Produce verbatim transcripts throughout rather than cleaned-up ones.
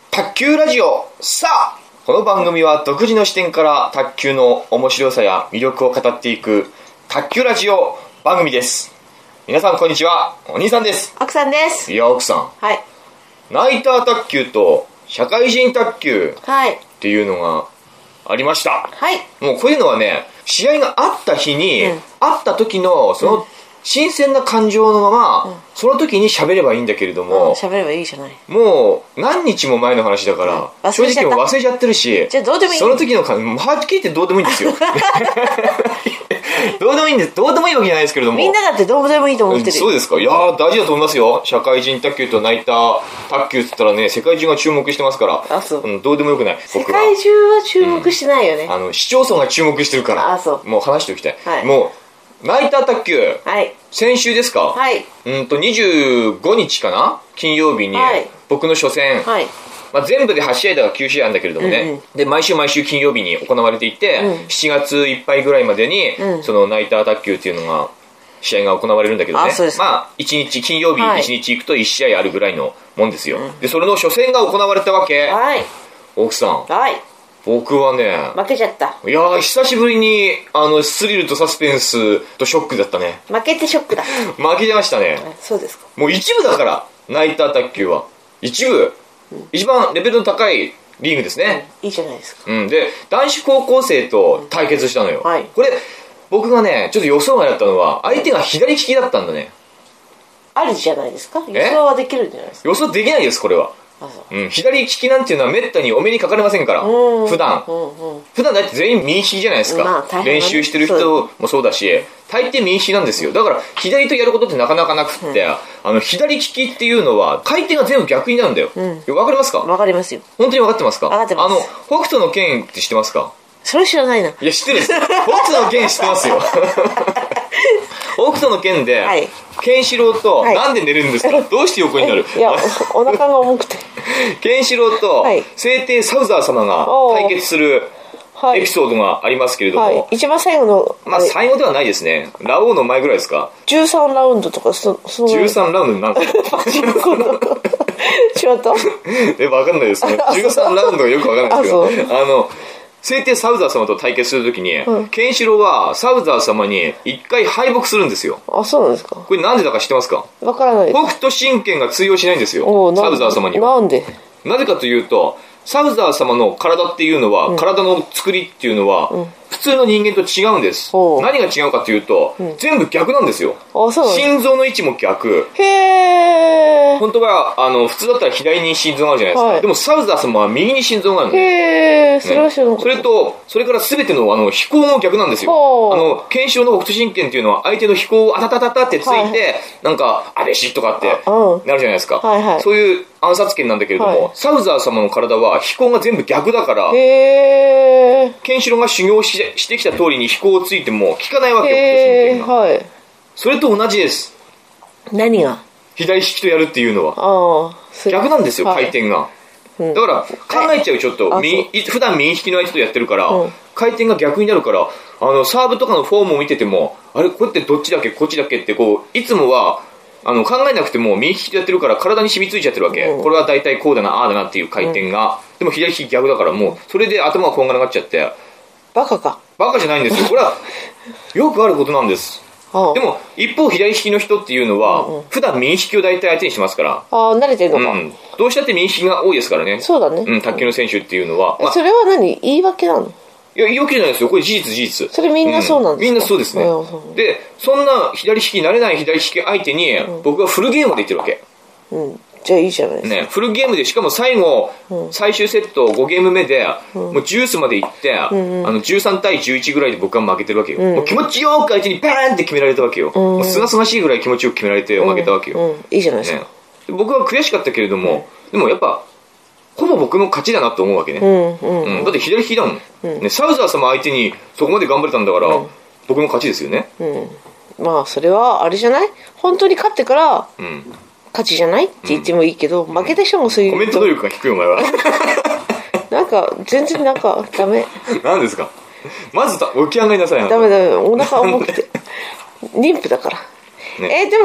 卓球ラジオ。さあ、この番組は独自の視点から卓球の面白さや魅力を語っていく卓球ラジオ番組です。皆さんこんにちは、お兄さんです。 奥さんです。 いや、奥さん、 はい、 ナイター卓球と社会人卓球っていうのがありました。 はい、 もうこういうのはね、試合があった日に、うん、あった時のその、うん新鮮な感情のまま、うん、その時に喋ればいいんだけれども、 喋、うん、ればいいじゃない。 もう何日も前の話だから、うん、正直もう忘れちゃってるし、 じゃあどうでもいい。 その時の感じ、はっきり言ってどうでもいいんですよ。どうでもいいんです。どうでもいいわけじゃないですけれども。 みんなだってどうでもいいと思ってる。 そうですか。いやー大事だと思いますよ。社会人卓球とナイター卓球って言ったらね、世界中が注目してますから。 あ、そう。 うん、どうでもよくない。 世界中は注目してないよね。 うん、あの市町村が注目してるから。 あ、そう。 もう話しておきたい。 はい、 もう。ナイター卓球、 はい、 先週ですか、 はい、 うんとにじゅうごにちかな、金曜日に、はい、僕の初戦、はい、まあ、全部ではち試合だからきゅう試合あるんだけれどもね、うんうん、で毎週毎週金曜日に行われていて、うん、しちがついっぱいぐらいまでに、うん、そのナイター卓球っていうのが試合が行われるんだけどね、あ、まあいちにち金曜日いちにち行くといち試合あるぐらいのもんですよ、うん、でそれの初戦が行われたわけ、 はい、 奥さん、 はい、 僕はね負けちゃった。 いやー久しぶりにあのスリルとサスペンスとショックだったね。 負けてショックだ。 負けてましたね。 そうですか。 もう一部だからナイター卓球は一部、うん、一番レベルの高いリーグですね、 うん、いいじゃないですか、 うん、で男子高校生と対決したのよ、 うんはい、これ僕がねちょっと予想外だったのは相手が左利きだったんだね。 ありじゃないですか。予想はできるんじゃないですか。 予想できないですこれは。うん、左利きなんていうのはめったにお目にかかれませんから、うん、普段、うんうん、普段だって全員右利きじゃないですか、まあ、練習してる人もそうだし大抵右利きなんですよ。だから左とやることってなかなかなくって、うん、あの左利きっていうのは回転が全部逆になるんだよ、うん、分かりますか。 分かりますよ。 本当に分かってますか。 分かってます。 あの北斗の拳って知ってますか。 それ知らないな。 いや知ってるんです。北斗の拳知ってますよ。北斗の拳で、はい、ケンシロウと、はい、なんで寝るんですか。どうして横になる。 いや お, お腹が重くて。 ケンシロウと聖帝サウザー様が対決するエピソードがありますけれども、はいはい、 一番最後のまあ最後ではないですね。ラオウの前ぐらいですか。 じゅうさんラウンドとかそそのじゅうさんラウンドなんですか。違ったえ分かんないですね。じゅうさんラウンドがよく分かんないですけど、あの聖帝サウザー様と対決するときに、うん、ケンシロウはサウザー様に一回敗北するんですよ。 あ、そうなんですか。 これなんでだか知ってますか。 わからないです。 北斗神拳が通用しないんですよ、サウザー様には。 なんで。 なぜかというとサウザー様の体っていうのは、うん、体の作りっていうのは、うん、普通の人間と違うんです。何が違うかというと、うん、全部逆なんですよ。 あ、そうなんです。 心臓の位置も逆。 へー。 本当はあの普通だったら左に心臓があるじゃないですか、はい、でもサウザー様は右に心臓があるんで、 へー、それは知らなかった。 それとそれから全てのあの飛行も逆なんですよ。あのケンシロウの北斗神拳っていうのは相手の飛行をあたたたたってついて、はい、なんかあれしとかってなるじゃないですか、はいはい、そういう暗殺拳なんだけれども、はい、サウザー様の体は飛行が全部逆だから、 へー、 ケンシロウが修行し て, してきた通りに飛行をついても効かないわけよ、北斗神拳が、はい、それと同じです。 何が左利きとやるっていうのはあ逆なんですよ、回転が、はい、だから考えちゃう。ちょっと右普段右利きの相手とやってるから、うん、回転が逆になるから、あのサーブとかのフォームを見ててもあれこれってどっちだっけこっちだっけってこういつもはあの考えなくても右利きとやってるから体に染みついちゃってるわけ、うん、これは大体こうだなああだなっていう回転が、うん、でも左利き逆だからもうそれで頭がこんがらがっちゃって。 バカか。 バカじゃないんですよ。これはよくあることなんです。ああ、でも一方左利きの人っていうのは、うんうん、普段右利きを大体相手にしますから、 ああ慣れてるのか、 うん、どうしたって右利きが多いですからね。 そうだね、 うん、卓球の選手っていうのは、まあ、 それは何言い訳なの。 いや言い訳じゃないですよ、これ事実事実。 それみんなそうなんですか、 うん、みんなそうですね、うん、でそんな左利き慣れない左利き相手に、うん、僕はフルゲームで言ってるわけ、 うん、じゃあいいじゃないですか、 ね、フルゲームでしかも最後、うん、最終セットごゲーム目で、うん、もうジュースまでいって、うんうん、あのじゅうさんたいじゅういちぐらいで僕は負けてるわけよ、うん、もう気持ちよく相手にパーンって決められたわけよ、うん、もうすがすがしいぐらい気持ちよく決められて負けたわけよ、 うんうん、いいじゃないですか、ね、 僕は悔しかったけれども、うん、でもやっぱほぼ僕の勝ちだなと思うわけね、うんうんうん、だって左利きだもん、うんね、サウザー様相手にそこまで頑張れたんだから、うん、僕の勝ちですよね、うん、 まあそれはあれじゃない、本当に勝ってから、うん、勝ちじゃないって言ってもいいけど、うん、負けた人もそういう、 コメント能力が低いお前はなんか全然なんかダメ。 何ですか、まず起き上がりなさい。 ダメダメ、お腹重くて妊婦だから、ね、えー、でも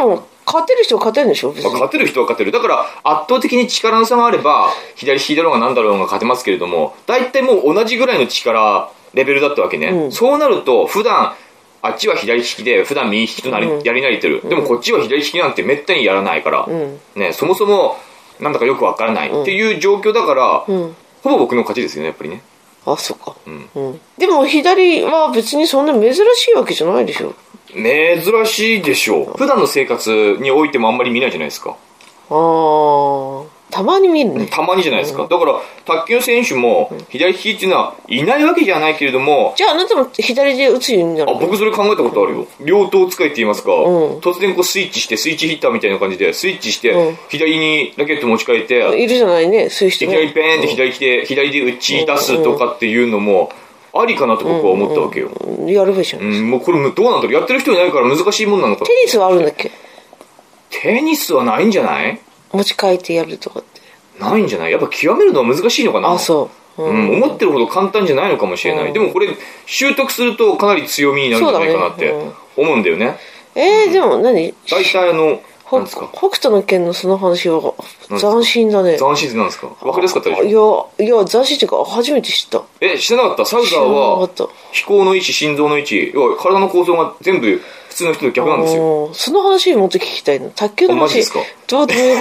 勝てる人は勝てるんでしょ別に、 まあ、勝てる人は勝てる。だから圧倒的に力の差があれば左利きだろうが何だろうが勝てますけれども、大体もう同じぐらいの力レベルだったわけね、うん、そうなると普段あっちは左利きで普段右利きとなり、うん、やり慣れてる。でもこっちは左利きなんてめったにやらないから、うんね、そもそもなんだかよくわからないっていう状況だから、うん、ほぼ僕の勝ちですよねやっぱりね。 あ、そうか、うんうん、でも左は別にそんな珍しいわけじゃないでしょ。 珍しいでしょう。普段の生活においてもあんまり見ないじゃないですか。 ああ、たまに見るね。 たまにじゃないですか、うん、だから卓球選手も左利きっていうのはいないわけじゃないけれども、 じゃああなたも左で打つようになる。 あ、僕それ考えたことあるよ。両刀使いって言いますか、うん、突然こうスイッチしてスイッチヒッターみたいな感じでスイッチして、うん、左にラケット持ち替えているじゃないね、スイッチ、ね、 左ペーンって左来て、うん、左で打ち出すとかっていうのもありかなと僕は思ったわけよ、 うんうん、やるべしょ、うん、 もうこれどうなんだろう、やってる人いないから難しいもんなのか。 テニスはあるんだっけ。 テニスはないんじゃない。 持ち替えてやるとかってないんじゃない。やっぱ極めるのは難しいのかな。 あ、そう、 うんうん、思ってるほど簡単じゃないのかもしれない、うん、でもこれ習得するとかなり強みになるんじゃないかなって思うんだよね。 えー、でも何大体あの北斗の拳のその話は斬新だね。 斬新ってなんですか。分かりやすかったでしょ。 いやいや斬新っていうか初めて知った。 え、知らなかった。サウザーは飛行の位置、心臓の位置、要は体の構造が全部普通の人と逆なんですよ。 その話もっと聞きたいの。卓球の話。 マジですか。 どうでもいい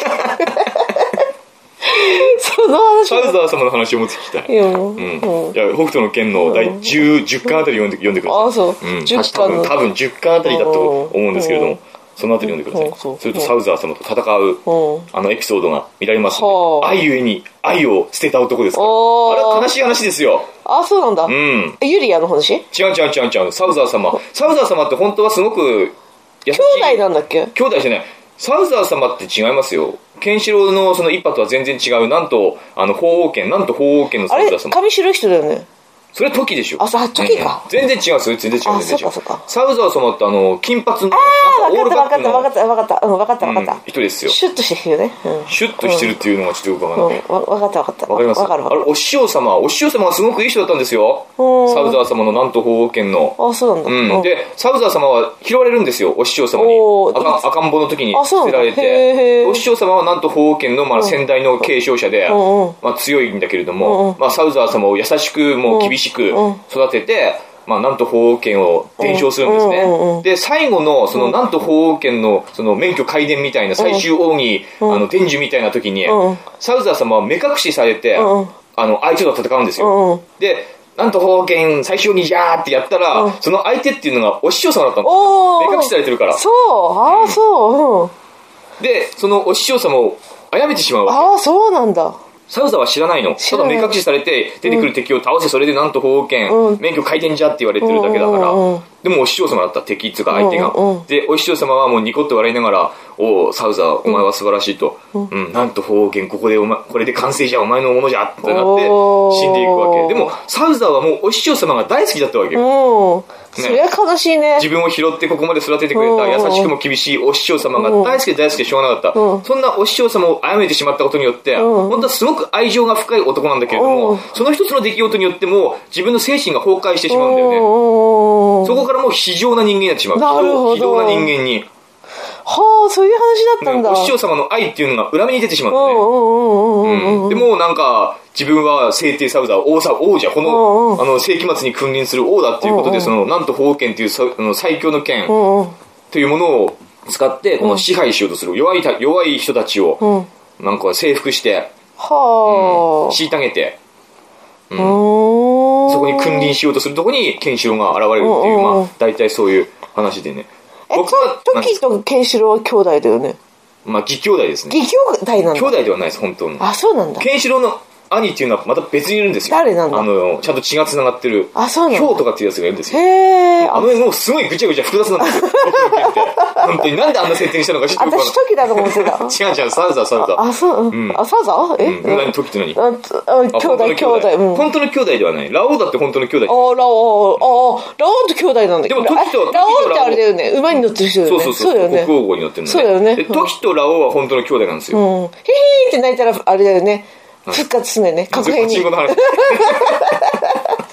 その話。 サウザー様の話をもっと聞きたい。いや、うん、いや北斗の拳の第 10, 10巻あたり読んで読んでください。 あ、そう。 うん、じゅっかんの多分じゅっかんあたりだと思うんですけれども。そのあたり読んでください、うん、そうそう、それとサウザー様と戦う、うん、あのエピソードが見られますので、愛ゆえに愛を捨てた男ですから。あれは悲しい話ですよ。 あ、そうなんだ、 うん、 ユリアの話。 違う違う違う違う。サウザー様サウザー様って本当はすごく優しい兄弟なんだっけ。 兄弟じゃない。サウザー様って違いますよ。ケンシロウのその一派とは全然違う。なんとあの鳳凰剣、なんと鳳凰剣のサウザー様。 あれ髪白い人だよね。 それはトキでしょ。 あ、そう、トキか、 うん、全然違う。それ全然違う。 あ、そうかそうか。 サウザー様ってあの金髪の、 ああ、分かった分かった分かった分かった分かった分かった、うん、 人ですよ。 シュッとしてるよね、うん、 シュッとしてるっていうのがちょっとよくわからない、 うん、分かった分かった分かります。 分かる分かる。 あれお師匠様お師匠様はすごくいい人だったんですよ。サウザー様のなんと鳳凰剣の。 あ、そうなんだ、 うん、でサウザー様は拾われるんですよ、お師匠様に。赤, 赤ん坊の時に捨てられて、お師匠様はなんと鳳凰剣のまあ先代の継承者で、うん、まあ、強いんだけれども、うん、まあ、サウザー様を優しくもう厳しく育てて、まあ、なんと鳳凰剣を伝承するんですね、うんうんうん、で最後のそのなんと鳳凰剣のその免許皆伝みたいな最終奥義、うん、あの伝授みたいな時に、うん、サウザー様は目隠しされて、うん、あの相手と戦うんですよ、うん、でなんと鳳凰剣最終にじゃーってやったら、うん、その相手っていうのがお師匠様だったんですよ。目隠しされてるから。 そう、ああ、うん、そう、うん、 でそのお師匠様を殺めてしまうわけ。 ああ、そうなんだ。 サウザーは知らないの。ただ目隠しされて出てくる敵を倒せ、それでなんと鳳凰剣、うん、免許回転じゃって言われてるだけだから、うんうんうん、でもお師匠様だった敵っつうか相手が、うんうん、でお師匠様はもうニコッと笑いながら、おおサウザーお前は素晴らしいと、うんうん、なんと鳳凰剣ここでお前これで完成じゃお前のものじゃってなって死んでいくわけで。もサウザーはもうお師匠様が大好きだったわけよ、 ね、そりゃ悲しいね。 自分を拾ってここまで育ててくれた優しくも厳しいお師匠様が大好きで大好きでしょうがなかった、うん、そんなお師匠様を殺めてしまったことによって、うん、本当はすごく愛情が深い男なんだけれども、うん、その一つの出来事によっても自分の精神が崩壊してしまうんだよね、うん、そこからもう非常な人間になってしまう。 なるほど。 非常な人間に。 はあ、そういう話だったんだ。 お師匠様の愛っていうのが裏目に出てしまうんだね。でもなんか自分は聖帝サウザー王さ王者この、うんうん、あの世紀末に君臨する王だっていうことで、うんうん、そのなんと鳳凰剣っていうあの最強の剣というものを使ってこの支配しようとする弱い弱い人たちをなんか征服して、 はあ、 うん、虐げて、うん、そこに君臨しようとするところにケンシロウが現れるっていう、まあ大体そういう話でね。 え、トキとケンシロウは兄弟だよね。 まあ義兄弟ですね。 義兄弟なんだ。 兄弟ではないです本当に。 あ、そうなんだ。 ケンシロウの兄っていうのはまた別にいるんですよ。 誰なんだ。 あのちゃんと血がつながってる。 あ、そうなんだ。 ヒョウとかっていうやつがいるんですよ。 へー。 あの絵もうすごいぐちゃぐちゃ複雑なんですよ。本当になんであんな設定にしたのか知ってるかな。 私トキだと思ってた。 違う違う、サウザーサウザー。 あ、そう、うん、あ、サウザー？え、 うん、何トキって何？ あ、兄弟兄弟、うん。 本当の兄弟ではない。ラオウだって本当の兄弟。 あ、ラオウ、あ、ラオウと兄弟なんだけど。 でもトキとラオウってあれだよね。馬に乗ってる人だよね。 そうそうそう。 そうだよね。 国王号に乗ってるのね。 そうだよね。 トキとラオウは本当の兄弟なんですよ。 うん。ヒヒーって泣いたらあれだよね。復活すんだよね。確変に。 パチンコの話。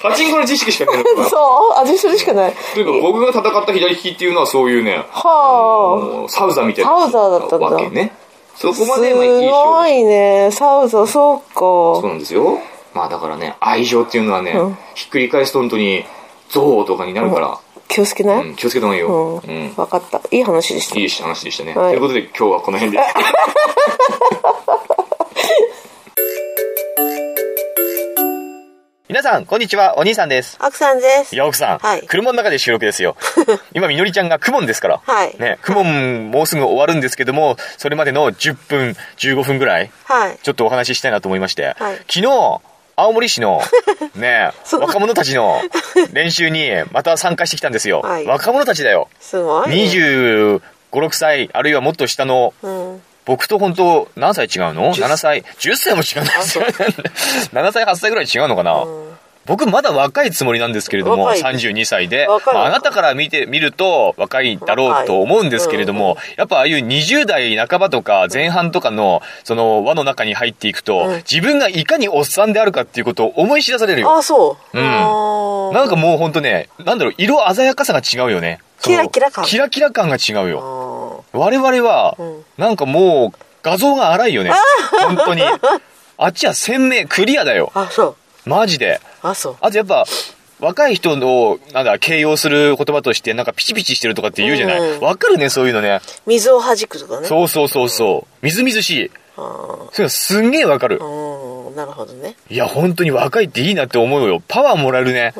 パチンコの知識しかないのか。 そう味それしかない。 というか僕が戦った左利きっていうのはそういうね、 はあ、サウザみたいなサウザーだったんだわけね。そこまでまあいい勝負。 すごいね、サウザー、そうか。 そうなんですよ。まあだからね、愛情っていうのはね、うん、ひっくり返すと本当に憎悪とかになるから、うん、 気をつけない、 うん、気をつけた方がいいよ。うん。 うん、分かった。いい話でした。 いい話でしたね。はい、ということで今日はこの辺で。皆さん、こんにちは。お兄さんです。 奥さんです。 いや、奥さん。はい。車の中で収録ですよ。今、みのりちゃんがクモンですから。はい。ね、クモンもうすぐ終わるんですけども、それまでのじゅっぷん、じゅうごふんぐらい。はい。ちょっとお話ししたいなと思いまして。はい。昨日、青森市の、ね、若者たちの練習にまた参加してきたんですよ。はい。若者たちだよ。すごい、ね。にじゅうご、ろくさい、あるいはもっと下の、うん。僕と本当何歳違うの ?なな 歳。じゅっさいも違うんですよ。ななさい、はっさいぐらい違うのかな、うん、僕まだ若いつもりなんですけれども、さんじゅうにさいで。まあ、あなたから見てみると若いだろうと思うんですけれども、うん、やっぱああいうにじゅう代半ばとか前半とかのその輪の中に入っていくと、うん、自分がいかにおっさんであるかっていうことを思い知らされるよ。 あ、そう。 うん。なんかもう本当ね、なんだろう、色鮮やかさが違うよね。 キラキラ感。 キラキラ感が違うよ。我々は、なんかもう、画像が荒いよね。本当に。あっちは鮮明、クリアだよ。 あ、そう。 マジで。 あ、そう。 あとやっぱ、若い人の、なんだ、形容する言葉として、なんかピチピチしてるとかって言うじゃない。わ、うん、かるね、そういうのね。 水を弾くとかね。 そうそうそうそう。みずみずしい。そういうのすんげえわかる。 うん、なるほどね。 いや、本当に若いっていいなって思うよ。パワーもらえるね。うん。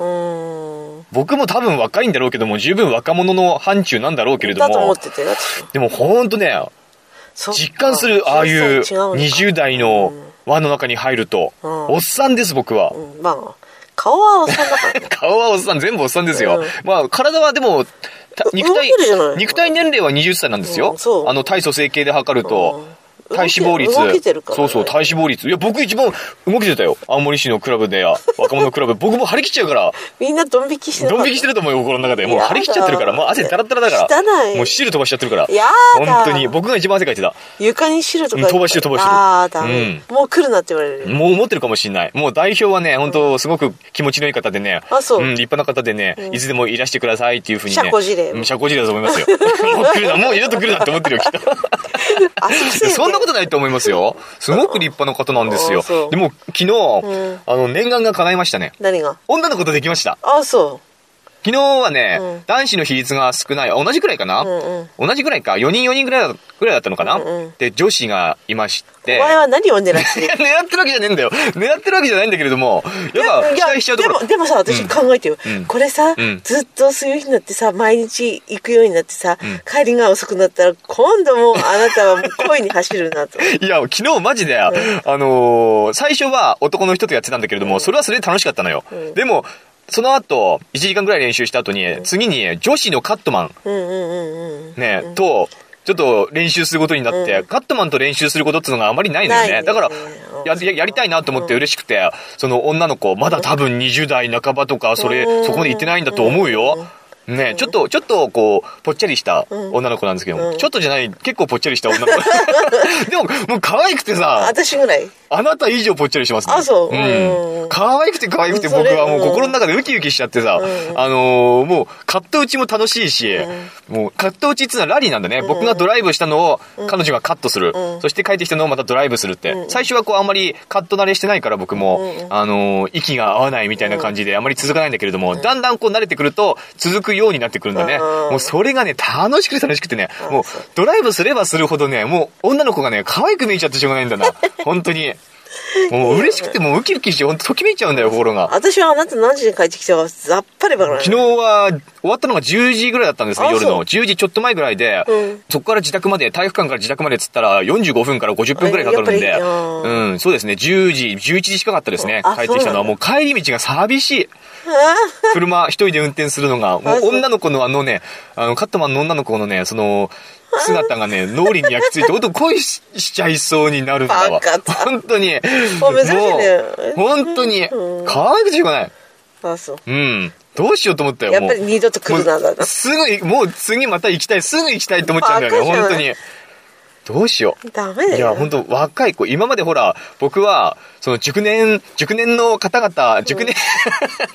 僕も多分若いんだろうけども、十分若者の範疇なんだろうけれども。 だと思ってて、 でもほんとね、実感する、ああいうにじゅう代の輪の中に入ると、うん、おっさんです、僕は。うん、まあ、 顔はおっさんだから、ね。 顔はおっさん、全部おっさんですよ。うん、まあ、体はでも、肉体、肉体年齢ははたちなんですよ。うん、そう。あの、体組成計で測ると。うん、体脂肪率。 動けてるから、 ね、そうそう、体脂肪率。いや、僕一番動けてたよ。青森市のクラブでや、若者クラブ。僕も張り切っちゃうから。 みんなドン引きしてる。 ドン引きしてると思うよ、心の中で。もう張り切っちゃってるから。もう汗タラタラだから。 汚い。 もう汁飛ばしちゃってるから。 やだ。 本当に。僕が一番汗かいてた。 床に汁とか。 飛ばしてる飛ばしてる。 ああ、ダメ、うん。もう来るなって言われる。 もう思ってるかもしれない。もう代表はね、本当すごく気持ちのいい方でね。あ、そう。うん、立派な方でね、いつでもいらしてくださいっていうふうにね。 社交辞令。 社交辞令だと思いますよ。もう来るな、もう二度と来るなって思ってるよ、きっと。そんなことないと思いますよ。すごく立派な方なんですよ。でも昨日、うん、あの念願が叶いましたね。 何が？ 女の子とできました。 あ、そう。 昨日はね、うん、男子の比率が少ない。同じくらいかな、うんうん、同じくらいか。よにんよにんぐらいぐらいだったのかな、うんうん、で、女子がいまして。 お前は何を狙ってる？ 狙ってるわけじゃねえんだよ。狙ってるわけじゃないんだけれども、やっぱ期待しちゃうところ。 でも、でもさ、私考えてよ。うん、これさ、うん、ずっとそういう日になってさ、毎日行くようになってさ、うん、帰りが遅くなったら、今度もあなたはもう恋に走るなと。 いや、昨日マジで、うん、あのー、最初は男の人とやってたんだけれども、それはそれで楽しかったのよ。うん、でも、その後、いちじかんぐらい練習した後に、うん、次に女子のカットマン、うんうんうんうん、ね、うん、と、ちょっと練習することになって、うん、カットマンと練習することっていうのがあまりないのよね。ねだからや、やりたいなと思って嬉しくて、うん、その女の子、まだ多分にじゅう代半ばとか、それ、うん、そこまで行ってないんだと思うよ。うんね、ちょっと、ちょっと、こう、ぽっちゃりした女の子なんですけど、うん、ちょっとじゃない、結構ぽっちゃりした女の子。でも、もう可愛くてさ、 私ぐらいあなた以上ぽっちゃりしますね。 あ、そう。 うん。可愛くて可愛くて僕はもう心の中でウキウキしちゃってさ、うん、あのー、もう、カット打ちも楽しいし、うん、もう、カット打ちっていうのはラリーなんだね。うん、僕がドライブしたのを彼女がカットする。うん、そして帰ってきたのをまたドライブするって。うん、最初はこう、あんまりカット慣れしてないから僕も、うん、あのー、息が合わないみたいな感じであんまり続かないんだけれども、うん、だんだんこう慣れてくると続くようになってくるんだね。もうそれがね、楽しくて楽しくてね、もうドライブすればするほどね、もう女の子がね、可愛く見えちゃってしょうがないんだな。本当に。もう嬉しくてもうウキウキして、ほんとときめいちゃうんだよ、心が。 私はあなた何時に帰ってきたか、ざっぱりばからない。 昨日は、終わったのがじゅうじぐらいだったんですね、夜の。じゅうじちょっと前ぐらいで、うん、そこから自宅まで、体育館から自宅までつったら、よんじゅうごふんからごじゅっぷんぐらいかかるんで、うん、そうですね、じゅうじ、じゅういちじ近かったですね、帰ってきたのは。もう帰り道が寂しい。車一人で運転するのが、もう女の子のあのね、あの、カットマンの女の子のね、その、姿がね、脳裏に焼き付いて、ほんと恋しちゃいそうになるんだわ。本当に。 もう珍しいね。 本当に。可愛くてしょうがない。 あ、そう。 うん。どうしようと思ったよ。 やっぱり二度と来るなだな。 すぐ、もう次また行きたい。すぐ行きたいって思っちゃうんだよね、本当に。どうしよう。 ダメだよ。 いや、本当若い子、今までほら、僕は、その熟年、熟年の方々、熟年、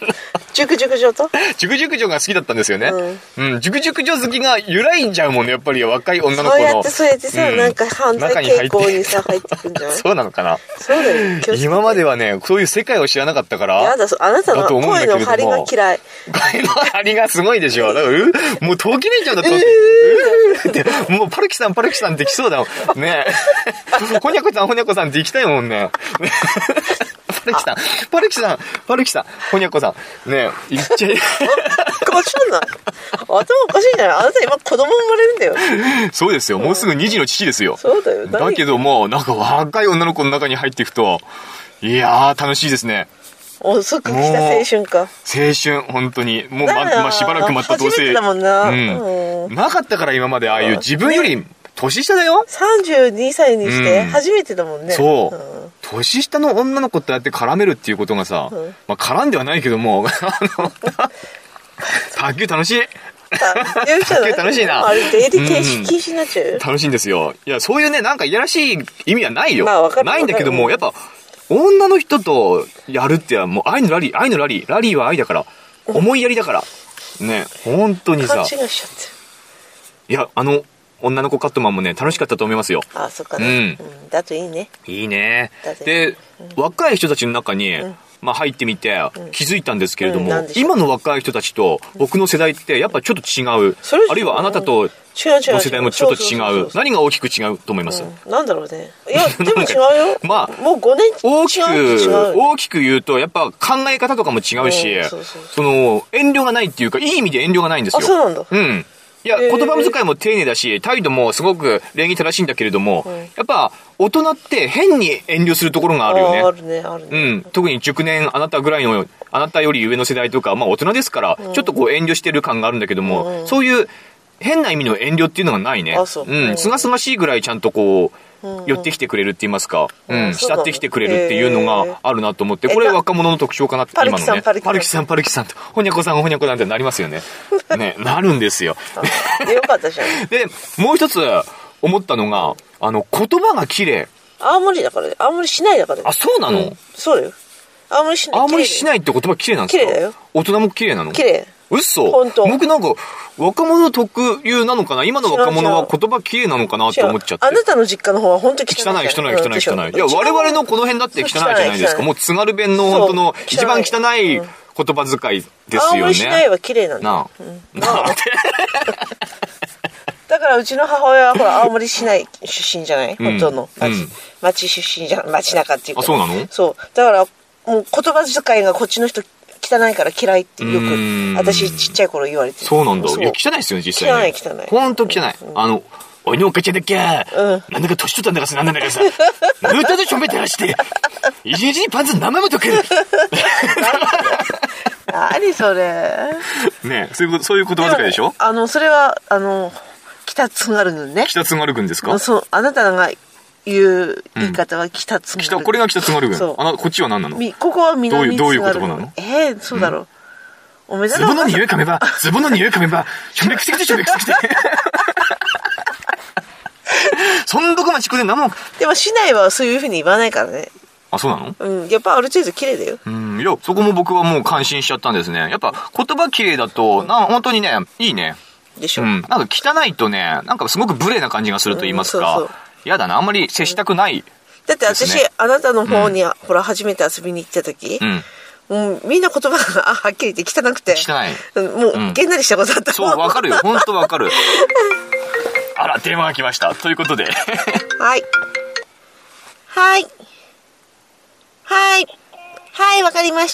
熟熟女と熟熟女が好きだったんですよね。うん。熟熟女好きが揺らいんじゃうもんね、やっぱり若い女の子の。 そうやってそうやってさ、うん、なんか犯罪傾向にさ、入ってくんじゃん。 そうなのかな。 そうだよ。 今まではね、そういう世界を知らなかったから。 やだ、あなたの声の張りが嫌い。 声の張りがすごいでしょ。だから、うもうときめいちゃうんだと思って。うーって、もうパルキさん、パルキさんって来そうだもん。ねえ。ほにゃこさん、ほにゃこさんって行きたいもんね。パルキさん、パルキさん、パルキさん、ほにゃこさん。ねえ、行っちゃい。 おかしくない？頭おかしいんじゃない？あなた今子供生まれるんだよ。 そうですよ。もうすぐに児の父ですよ。 そうだよ。 だけども、なんか若い女の子の中に入っていくと、いやー、楽しいですね。 遅く来た青春か。 青春、本当に。もう、ま、まあ、しばらく待った同棲。 だもんな。 うん。なかったから今までああいう自分より年下だよ。 さんじゅうにさいにして初めてだもんね。 そう。年下の女の子とやって絡めるっていうことがさ、まあ絡んではないけども、あの、卓球楽しい。卓球楽しいな。 あれ、デート禁止になっちゃう、 楽しいんですよ。いや、そういうね、なんかいやらしい意味はないよ。 まあ、わかる。 ないんだけども、やっぱ、女の人とやるってはもう愛のラリー、愛のラリー、ラリーは愛だから、思いやりだから。ね、本当にさ。 勘違いしちゃって。 いや、あの、女の子カットマンもね、楽しかったと思いますよ。 ああ、そっかね。うん。うん、だといいね。 いいね。で、うん、若い人たちの中に、うん、まあ入ってみて気づいたんですけれども、うんうん、今の若い人たちと僕の世代ってやっぱちょっと違う。うん、あるいはあなたとの世代もちょっと違う。何が大きく違うと思います、 うん、なんだろうね。いや、でも違うよ。 まあ、 もうごねん大きく、大きく言うと、やっぱ考え方とかも違うし、うん、そうそうそう、その、遠慮がないっていうか、いい意味で遠慮がないんですよ。 あ、そうなんだ。 うん。いや、言葉遣いも丁寧だし、態度もすごく礼儀正しいんだけれども、うん、やっぱ、大人って変に遠慮するところがあるよね。 あ, あるね、あるね。 うん。特に熟年、あなたぐらいの、あなたより上の世代とか、まあ大人ですから、うん、ちょっとこう遠慮してる感があるんだけども、うん、そういう変な意味の遠慮っていうのがないね。 あ、そう。 うん。すがすがしいぐらいちゃんとこう、寄ってきてくれるって言いますか、うん、慕ってきてくれるっていうのがあるなと思って、これ若者の特徴かなって、今のね。パルキさん、パルキさんと、ほにゃこさん、ほにゃこさんってなりますよね。ね、なるんですよ。 よかったじゃん。 で、もう一つ思ったのが、あの、言葉が綺麗。 青森だからね。青森市内だからね。 あ、そうなの、うん、 そうだよ。青森市内。 青森市内って言葉綺麗なんですか？ 綺麗だよ。 大人も綺麗なの？ 綺麗。 嘘？ 本当。 僕なんか、若者特有なのかな？今の若者は言葉綺麗なのかなって思っちゃって。 あなたの実家の方は本当に汚い。汚い、汚い、汚い、汚い。いや、我々のこの辺だって汚いじゃないですか。もう津軽弁の本当の一番汚い言葉遣いですよね。青森市内は綺麗なんだ。なあ。うん、なあ。だからうちの母親はほら青森市内出身じゃない、うん、本当の町、うん、町出身じゃん、町中っていうか。 あ、そうなの？ そう。だからもう言葉遣いがこっちの人汚いから嫌いってよく私ちっちゃい頃言われてる。 そうなんだ。いや汚いですよね実際ね。汚い汚い。 本当汚い。うん、あのおいのおかちゃだっけ、うん、なんだか年取ったんだかさ、なんだかさ、歌でしょめてらして、一日にパンツ生もとける。 何それ。 ねえ、そういうこと、そういう言葉遣いでしょ？ あの、それは、あの、北津軽郡ね。 北津軽郡ですか？ そう、あなたが言う言い方は北津軽郡。 北、これが北津軽郡。そう。あの、こっちは何なの？ ここは南津軽郡。 どういう、どういう言葉なの？ ええー、そうだろう。おめでとう。 ズボンの匂い噛めば、ズボンの匂い噛めば、しょめくせきてしょめくせきて。そんどこ町くでなもん。 でも市内はそういうふうに言わないからね。 あ、そうなの？ うん。やっぱある程度綺麗だよ。 うん。いや、そこも僕はもう感心しちゃったんですね。やっぱ言葉綺麗だと、な、本当にね、いいね。 でしょ。 うん。なんか汚いとね、なんかすごく無礼な感じがすると言いますか。うん、そうそう。やだな、あんまり接したくない、ね。 だって私、あなたの方に、うん、ほら、初めて遊びに行った時、うん。もうみんな言葉がはっきり言って汚くて。 汚い。 もう、げんなりしたことだった。 そう、わかるよ。ほんとわかる。あら、電話が来ました。ということで。 はい。はい。はい。はい、わかりました。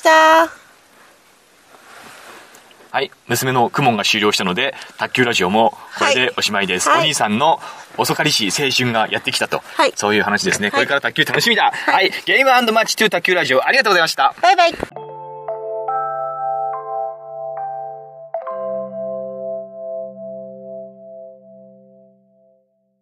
はい。娘のクモンが終了したので、卓球ラジオもこれでおしまいです。はい、お兄さんの遅かりし青春がやってきたと。はい。そういう話ですね。これから卓球楽しみだ。はい。はい、ゲーム&マッチトゥ卓球ラジオありがとうございました。 バイバイ。